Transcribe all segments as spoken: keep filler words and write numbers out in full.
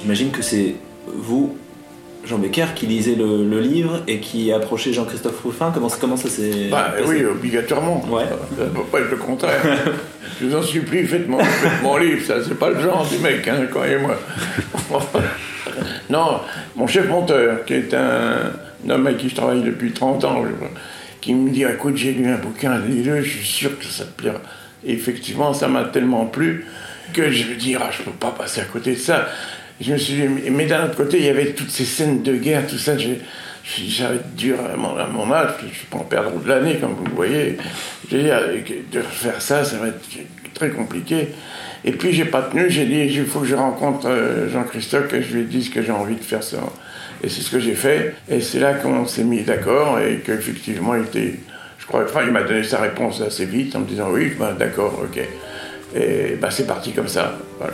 J'imagine que c'est vous, Jean Becker, qui lisez le, le livre et qui approchez Jean-Christophe Rufin. Comment, comment ça s'est bah, passé ? Oui, obligatoirement. Ouais. Ça ne peut pas être le contraire. Je vous en supplie, faites mon, faites mon livre. Ça, c'est pas le genre du mec, hein, croyez-moi. Non, mon chef monteur, qui est un, un homme avec qui je travaille depuis trente ans, qui me dit, écoute, j'ai lu un bouquin, lis-le, je suis sûr que ça te plaira. Et effectivement, ça m'a tellement plu que je me dis, ah, je peux pas passer à côté de ça. Je me suis dit, mais d'un autre côté, il y avait toutes ces scènes de guerre, tout ça, j'ai, j'avais dur à mon, à mon âge, je peux en perdre de l'année, comme vous le voyez. J'ai dit, de faire ça, ça va être très compliqué. Et puis, j'ai pas tenu, j'ai dit, il faut que je rencontre Jean-Christophe, que je lui dise que j'ai envie de faire ça. Et c'est ce que j'ai fait. Et c'est là qu'on s'est mis d'accord, et qu'effectivement, il était, je crois, enfin, il m'a donné sa réponse assez vite, en me disant, oui, ben, d'accord, ok. Et ben, c'est parti comme ça, voilà.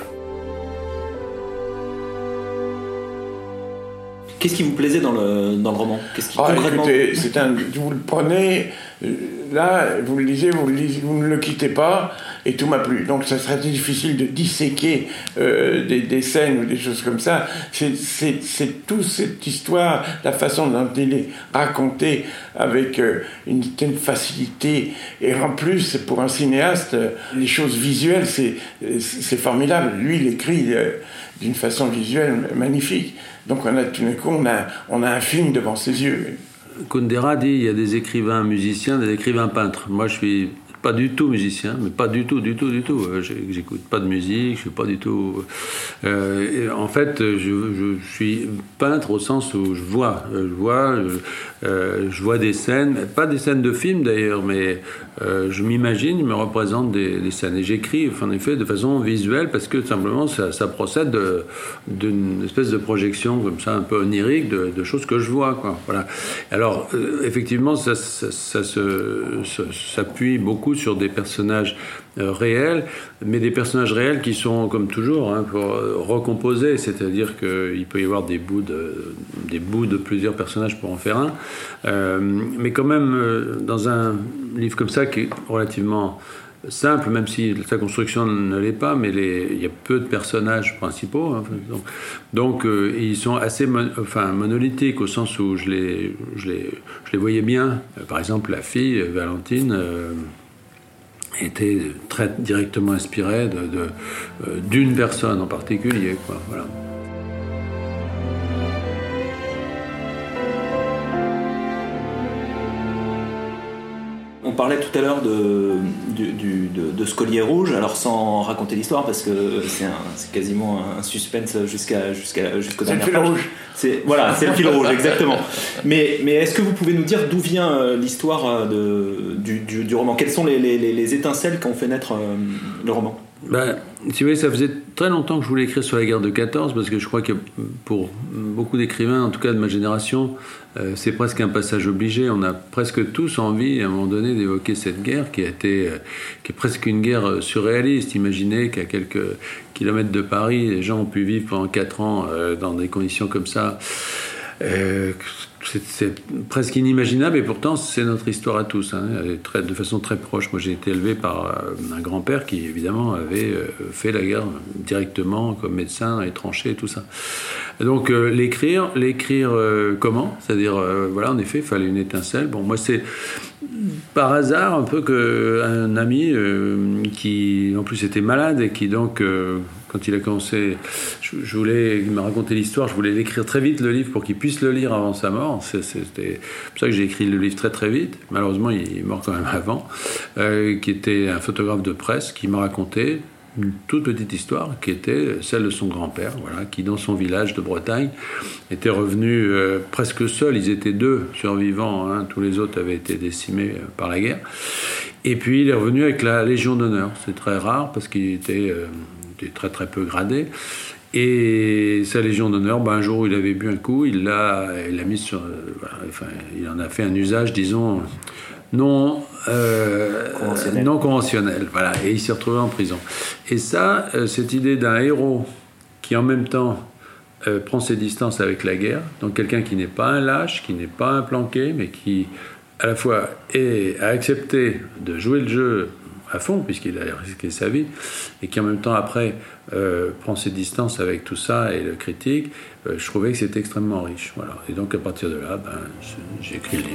Qu'est-ce qui vous plaisait dans le, dans le roman ? Qu'est-ce qui, ah, concrètement... écoutez, c'est un, vous le prenez, là, vous le lisez, vous, le lisez, vous ne le quittez pas, et tout m'a plu. Donc ça serait difficile de disséquer euh, des, des scènes ou des choses comme ça. C'est, c'est, c'est toute cette histoire, la façon dont il est raconté avec euh, une telle facilité. Et en plus, pour un cinéaste, les choses visuelles, c'est, c'est formidable. Lui, il écrit euh, d'une façon visuelle magnifique. Donc on a, tout d'un coup, on a, on a un film devant ses yeux. Kundera dit il y a des écrivains musiciens, des écrivains peintres. Moi, je suis pas du tout musicien, mais pas du tout, du tout, du tout. J'écoute pas de musique, je suis pas du tout. Euh, en fait, je, je suis peintre au sens où je vois, je vois, je, euh, je vois des scènes, pas des scènes de films d'ailleurs, mais euh, je m'imagine, je me représente des, des scènes et j'écris, en effet, de façon visuelle parce que simplement ça, ça procède de, d'une espèce de projection comme ça, un peu onirique de, de choses que je vois, quoi. Voilà. Alors, euh, effectivement, ça, ça, ça, se, ça s'appuie beaucoup sur des personnages euh, réels, mais des personnages réels qui sont, comme toujours, hein, pour, euh, recomposés, c'est-à-dire qu'il peut y avoir des bouts de, des bouts de plusieurs personnages pour en faire un, euh, mais quand même, euh, dans un livre comme ça, qui est relativement simple, même si sa construction ne l'est pas, mais les, il y a peu de personnages principaux, hein, donc, donc euh, ils sont assez mon, enfin, monolithiques au sens où je les, je les, je les voyais bien. Euh, par exemple, la fille, Valentine, euh, était très directement inspirée de, de, euh, d'une personne en particulier, quoi, voilà. On parlait tout à l'heure de, du, du, de, de ce collier rouge, alors sans raconter l'histoire, parce que c'est, un, c'est quasiment un suspense jusqu'à, jusqu'à, jusqu'aux dernières pages. C'est le fil rouge. C'est, voilà, c'est le fil rouge, exactement. Mais, mais est-ce que vous pouvez nous dire d'où vient l'histoire de, du, du, du roman ? Quelles sont les, les, les étincelles qui ont fait naître le roman ? Ben, si vous voulez, ça faisait très longtemps que je voulais écrire sur la guerre de quatorze, parce que je crois que pour beaucoup d'écrivains, en tout cas de ma génération, euh, c'est presque un passage obligé. On a presque tous envie, à un moment donné, d'évoquer cette guerre qui a été, euh, qui est presque une guerre surréaliste. Imaginez qu'à quelques kilomètres de Paris, les gens ont pu vivre pendant quatre ans euh, dans des conditions comme ça. Euh, c'est, c'est presque inimaginable et pourtant c'est notre histoire à tous, hein, très, de façon très proche. Moi j'ai été élevé par un grand-père qui évidemment avait fait la guerre directement comme médecin et tranché et tout ça. Donc euh, l'écrire, l'écrire euh, comment ? C'est-à-dire euh, voilà, en effet il fallait une étincelle. Bon, moi c'est par hasard un peu qu'un ami euh, qui en plus était malade et qui donc euh, quand il a commencé, je, je voulais, il m'a raconté l'histoire, je voulais l'écrire très vite le livre pour qu'il puisse le lire avant sa mort. C'est, c'était pour ça que j'ai écrit le livre très très vite. Malheureusement, il est mort quand même avant. Euh, qui était un photographe de presse qui m'a raconté une toute petite histoire qui était celle de son grand-père, voilà, qui dans son village de Bretagne était revenu euh, presque seul. Ils étaient deux survivants, hein, tous les autres avaient été décimés euh, par la guerre. Et puis il est revenu avec la Légion d'honneur. C'est très rare parce qu'il était euh, très très peu gradé, et sa Légion d'honneur, ben, un jour où il avait bu un coup, il l'a, il l'a mis sur, euh, voilà, enfin, il en a fait un usage, disons, non, euh, conventionnel. non conventionnel, voilà, et il s'est retrouvé en prison. Et ça, euh, cette idée d'un héros qui en même temps euh, prend ses distances avec la guerre, donc quelqu'un qui n'est pas un lâche, qui n'est pas un planqué, mais qui à la fois est, a accepté de jouer le jeu à fond, puisqu'il a risqué sa vie, et qui en même temps après euh, prend ses distances avec tout ça et le critique, euh, je trouvais que c'était extrêmement riche. Voilà. Et donc à partir de là, ben, j'ai écrit le livre.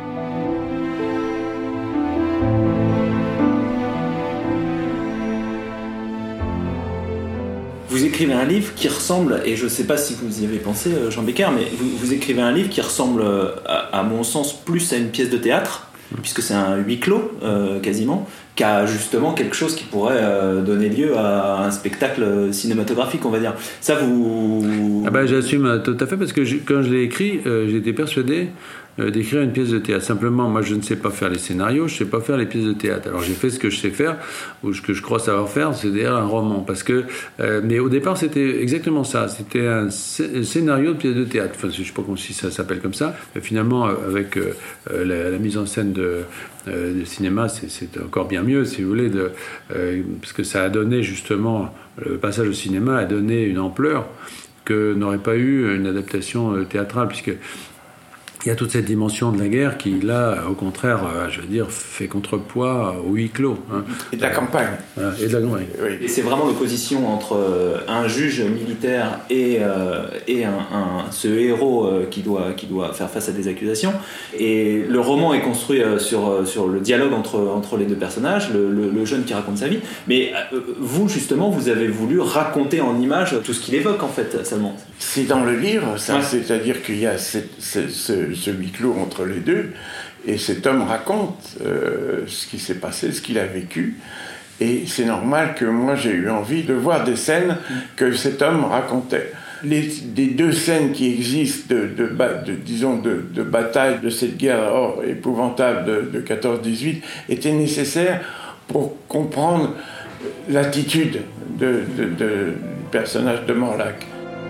Vous écrivez un livre qui ressemble, et je ne sais pas si vous y avez pensé, Jean Becker, mais vous, vous écrivez un livre qui ressemble, à, à mon sens, plus à une pièce de théâtre, puisque c'est un huis clos, euh, quasiment, qu'à justement quelque chose qui pourrait euh, donner lieu à un spectacle cinématographique, on va dire. Ça, vous... Ah ben, j'assume tout à fait, parce que je, quand je l'ai écrit, euh, j'étais persuadé euh, d'écrire une pièce de théâtre. Simplement, moi, je ne sais pas faire les scénarios, je ne sais pas faire les pièces de théâtre. Alors, j'ai fait ce que je sais faire, ou ce que je crois savoir faire, c'est-à-dire un roman. Parce que, euh, mais au départ, c'était exactement ça. C'était un sc- scénario de pièce de théâtre. Enfin, je ne sais pas si ça s'appelle comme ça. Mais finalement, avec euh, la, la mise en scène de, euh, du cinéma, c'est, c'est encore bien mieux, si vous voulez, de, euh, parce que ça a donné justement, le passage au cinéma a donné une ampleur que n'aurait pas eu une adaptation théâtrale, puisque il y a toute cette dimension de la guerre qui, là, au contraire, euh, je veux dire, fait contrepoids au huis clos. Hein. Et de la campagne. Voilà, et de la campagne. Oui. Et c'est vraiment l'opposition entre euh, un juge militaire et, euh, et un, un, ce héros euh, qui, doit, qui doit faire face à des accusations. Et le roman est construit euh, sur, sur le dialogue entre, entre les deux personnages, le, le, le jeune qui raconte sa vie. Mais euh, vous, justement, vous avez voulu raconter en images tout ce qu'il évoque, en fait, seulement. C'est dans le livre, ça, Ouais. c'est-à-dire qu'il y a cette, ce, ce, ce huis clos entre les deux, et cet homme raconte euh, ce qui s'est passé, ce qu'il a vécu, et c'est normal que moi j'ai eu envie de voir des scènes que cet homme racontait. Les, les deux scènes qui existent de, de, de, disons de, de bataille de cette guerre oh, épouvantable de, de quatorze dix-huit étaient nécessaires pour comprendre l'attitude de, de, de, du personnage de Morlac.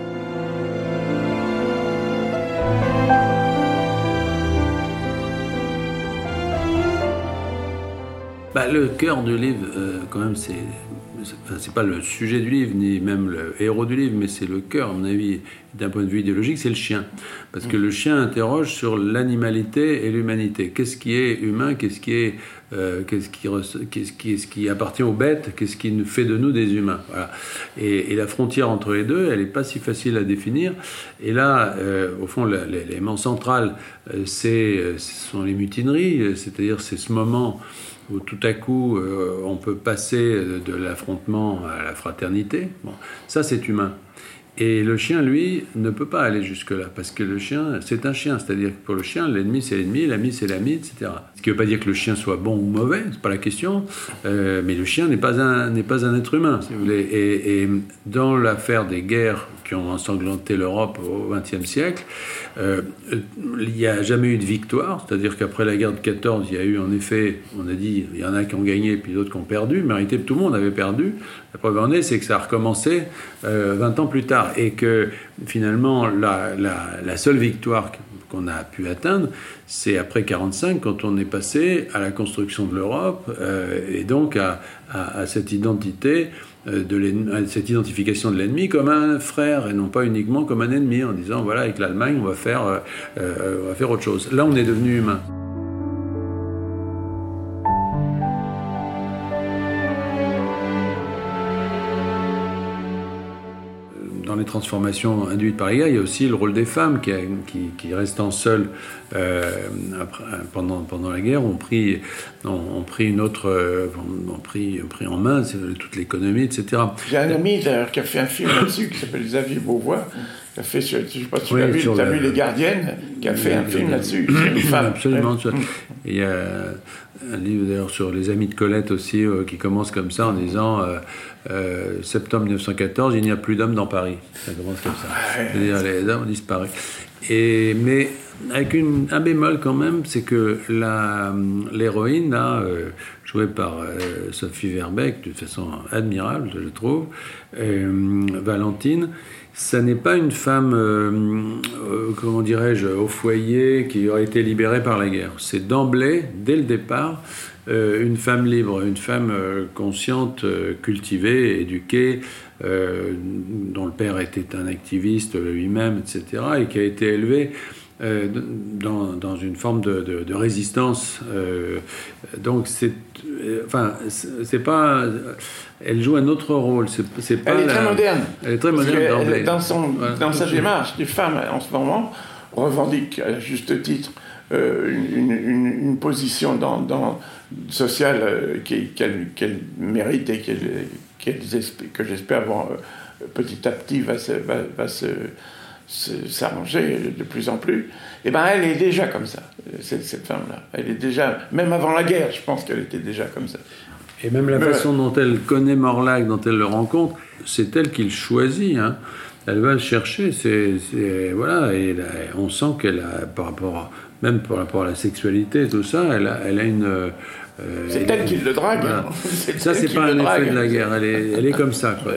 Bah, le cœur du livre, euh, quand même, c'est, c'est, enfin, c'est pas le sujet du livre, ni même le héros du livre, mais c'est le cœur, à mon avis, d'un point de vue idéologique, c'est le chien. Parce que le chien interroge sur l'animalité et l'humanité. Qu'est-ce qui est humain, qu'est-ce qui est, euh, qu'est-ce qui, qu'est-ce qui, qu'est-ce qui appartient aux bêtes, qu'est-ce qui fait de nous des humains. Voilà. Et, et la frontière entre les deux, elle n'est pas si facile à définir. Et là, euh, au fond, l'élément central, euh, c'est, ce sont les mutineries, c'est-à-dire c'est ce moment où tout à coup euh, on peut passer de, de l'affrontement à la fraternité. Bon, ça c'est humain. Et le chien, lui, ne peut pas aller jusque-là, parce que le chien, c'est un chien. C'est-à-dire que pour le chien, l'ennemi, c'est l'ennemi, l'ami, c'est l'ami, et cetera. Ce qui ne veut pas dire que le chien soit bon ou mauvais, c'est pas la question, euh, mais le chien n'est pas un, n'est pas un être humain, si vous voulez. Et, et dans l'affaire des guerres qui ont ensanglanté l'Europe au vingtième siècle, euh, il n'y a jamais eu de victoire, c'est-à-dire qu'après la guerre de quatorze, il y a eu en effet, on a dit, il y en a qui ont gagné, puis d'autres qui ont perdu, mais en réalité, tout le monde avait perdu. La preuve en est, c'est que ça a recommencé euh, vingt ans plus tard, et que finalement, la, la, la seule victoire qu'on a pu atteindre, c'est après quarante-cinq, quand on est passé à la construction de l'Europe, euh, et donc à, à, à cette identité, euh, de à cette identification de l'ennemi comme un frère, et non pas uniquement comme un ennemi, en disant, voilà, avec l'Allemagne, on va faire, euh, euh, on va faire autre chose. Là, on est devenu humain. Dans les transformations induites par les guerres, il y a aussi le rôle des femmes qui, qui, qui restant seules euh, après, pendant, pendant la guerre, ont pris, ont, ont pris une autre, euh, ont, pris, ont pris en main toute l'économie, et cetera. J'ai un ami d'ailleurs qui a fait un film là-dessus qui s'appelle Xavier Beauvois, qui a fait, je ne sais pas si tu oui, l'as vu, tu as vu Les Gardiennes, qui a fait un film là-dessus, sur une femme. Absolument. Ouais. Il y a un livre d'ailleurs sur les amis de Colette aussi, euh, qui commence comme ça en disant euh, euh, septembre mille neuf cent quatorze, il n'y a plus d'hommes dans Paris. Ça commence comme ça. C'est-à-dire les hommes ont disparu. Et, mais avec une, un bémol quand même, c'est que la, l'héroïne, là, euh, jouée par euh, Sophie Verbeek, de façon admirable, je trouve, euh, Valentine, ça n'est pas une femme, euh, euh, comment dirais-je, au foyer qui aurait été libérée par la guerre. C'est d'emblée, dès le départ, euh, une femme libre, une femme euh, consciente, euh, cultivée, éduquée, euh, dont le père était un activiste lui-même, et cetera, et qui a été élevée euh, dans, dans une forme de, de, de résistance. Euh, donc c'est, euh, enfin, c'est, c'est pas, elle joue un autre rôle. C'est, c'est pas elle est la, très moderne. Elle est très moderne. Elle, elle, dans son, voilà. dans sa démarche, les femmes en ce moment revendiquent à juste titre euh, une, une, une position dans, dans, sociale euh, qu'elle, qu'elle mérite et qu'elle, qu'elle, que j'espère vont, euh, petit à petit va se, va, va se s'arranger de plus en plus, et ben elle est déjà comme ça, cette, cette femme-là. Elle est déjà, même avant la guerre, je pense qu'elle était déjà comme ça. Et même la Mais façon dont elle connaît Morlac, dont elle le rencontre, c'est elle qui le choisit. Hein. Elle va le chercher, c'est, c'est voilà, et là, on sent qu'elle a, par rapport, à, même par rapport à la sexualité, tout ça, elle a, elle a une. Euh, c'est elle, elle qui le drague. Voilà. Hein. C'est ça, c'est pas un drague. effet de la guerre. Elle est, elle est comme ça, quoi.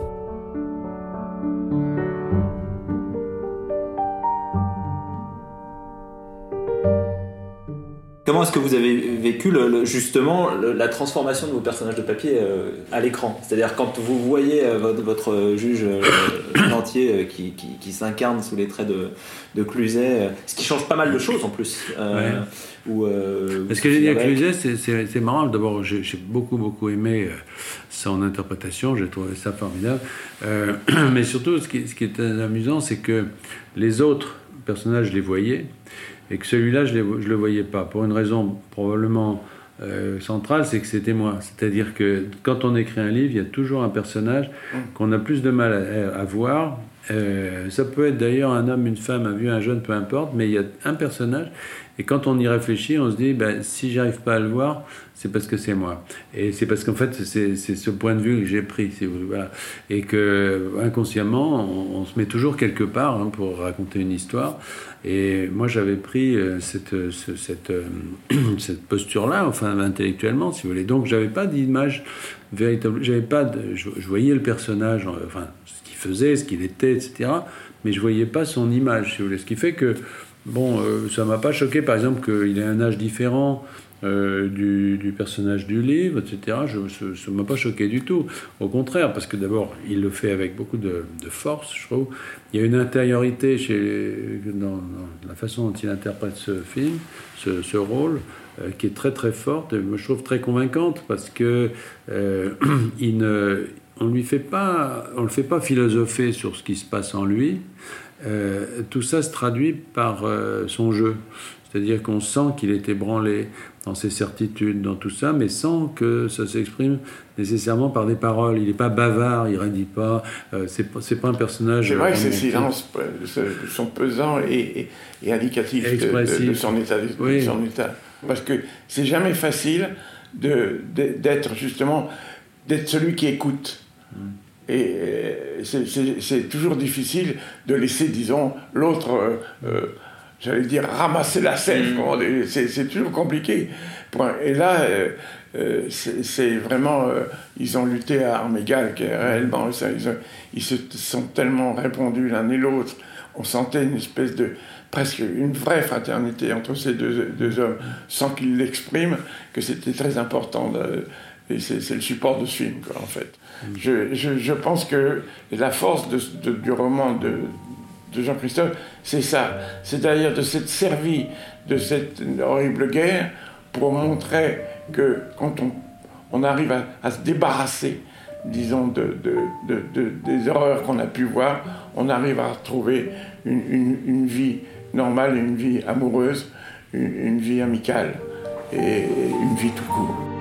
Comment est-ce que vous avez vécu le, le, justement le, la transformation de vos personnages de papier euh, à l'écran ? C'est-à-dire quand vous voyez euh, votre, votre juge euh, entier euh, qui, qui, qui s'incarne sous les traits de, de Cluzet, euh, ce qui change pas mal de choses en plus. Euh, ouais. Où, euh, Ce que j'ai dit à Cluzet, c'est, c'est, c'est marrant. D'abord, j'ai, j'ai beaucoup beaucoup aimé euh, son interprétation. J'ai trouvé ça formidable. Euh, mais surtout, ce qui, ce qui est amusant, c'est que les autres personnages, je les voyais. Et que celui-là, je ne le voyais pas. Pour une raison probablement euh, centrale, c'est que c'était moi. C'est-à-dire que quand on écrit un livre, il y a toujours un personnage qu'on a plus de mal à, à voir. Euh, ça peut être d'ailleurs un homme, une femme, un vieux, un jeune, peu importe, mais il y a un personnage. Et quand on y réfléchit, on se dit, ben, si j'arrive pas à le voir, c'est parce que c'est moi. Et c'est parce qu'en fait, c'est, c'est ce point de vue que j'ai pris. C'est, voilà. Et que inconsciemment, on, on se met toujours quelque part hein, pour raconter une histoire. Et moi, j'avais pris euh, cette, ce, cette, euh, cette posture-là, enfin intellectuellement, si vous voulez. Donc, j'avais pas d'image véritable. J'avais pas de, je, je voyais le personnage, enfin, ce qu'il faisait, ce qu'il était, et cetera. Mais je voyais pas son image, si vous voulez. Ce qui fait que bon, euh, ça m'a pas choqué, par exemple, qu'il ait un âge différent euh, du, du personnage du livre, et cetera. Je, ça ne m'a pas choqué du tout. Au contraire, parce que d'abord, il le fait avec beaucoup de, de force, je trouve. Il y a une intériorité chez, dans, dans la façon dont il interprète ce film, ce, ce rôle, euh, qui est très très forte, et je trouve très convaincante, parce que euh, il ne, on lui fait pas, on le fait pas philosopher sur ce qui se passe en lui. Euh, tout ça se traduit par euh, son jeu. C'est-à-dire qu'on sent qu'il est ébranlé dans ses certitudes, dans tout ça, mais sans que ça s'exprime nécessairement par des paroles. Il n'est pas bavard, il ne redit pas. Euh, c'est, pas, c'est pas un personnage... C'est vrai que ces silences sont pesants et, et, et indicatifs de, de, de son état, de oui. son état. Parce que c'est jamais facile de, de, d'être justement d'être celui qui écoute. Mm. Et c'est, c'est, c'est toujours difficile de laisser, disons, l'autre, euh, euh, j'allais dire, ramasser la scène. Mmh. C'est, c'est toujours compliqué. Et là, euh, euh, c'est, c'est vraiment... Euh, ils ont lutté à armes égales, réellement. Ça, ils, ont, ils se sont tellement répondus l'un et l'autre. On sentait une espèce de... presque une vraie fraternité entre ces deux, deux hommes, sans qu'ils l'expriment, que c'était très important de... Et c'est, c'est le support de ce film, quoi, en fait. Mmh. Je, je, je pense que la force de, de, du roman de, de Jean-Christophe, c'est ça. C'est-à-dire de s'être servi de cette horrible guerre pour montrer que quand on, on arrive à, à se débarrasser, disons, de, de, de, de, des horreurs qu'on a pu voir, on arrive à retrouver une, une, une vie normale, une vie amoureuse, une, une vie amicale et une vie tout court.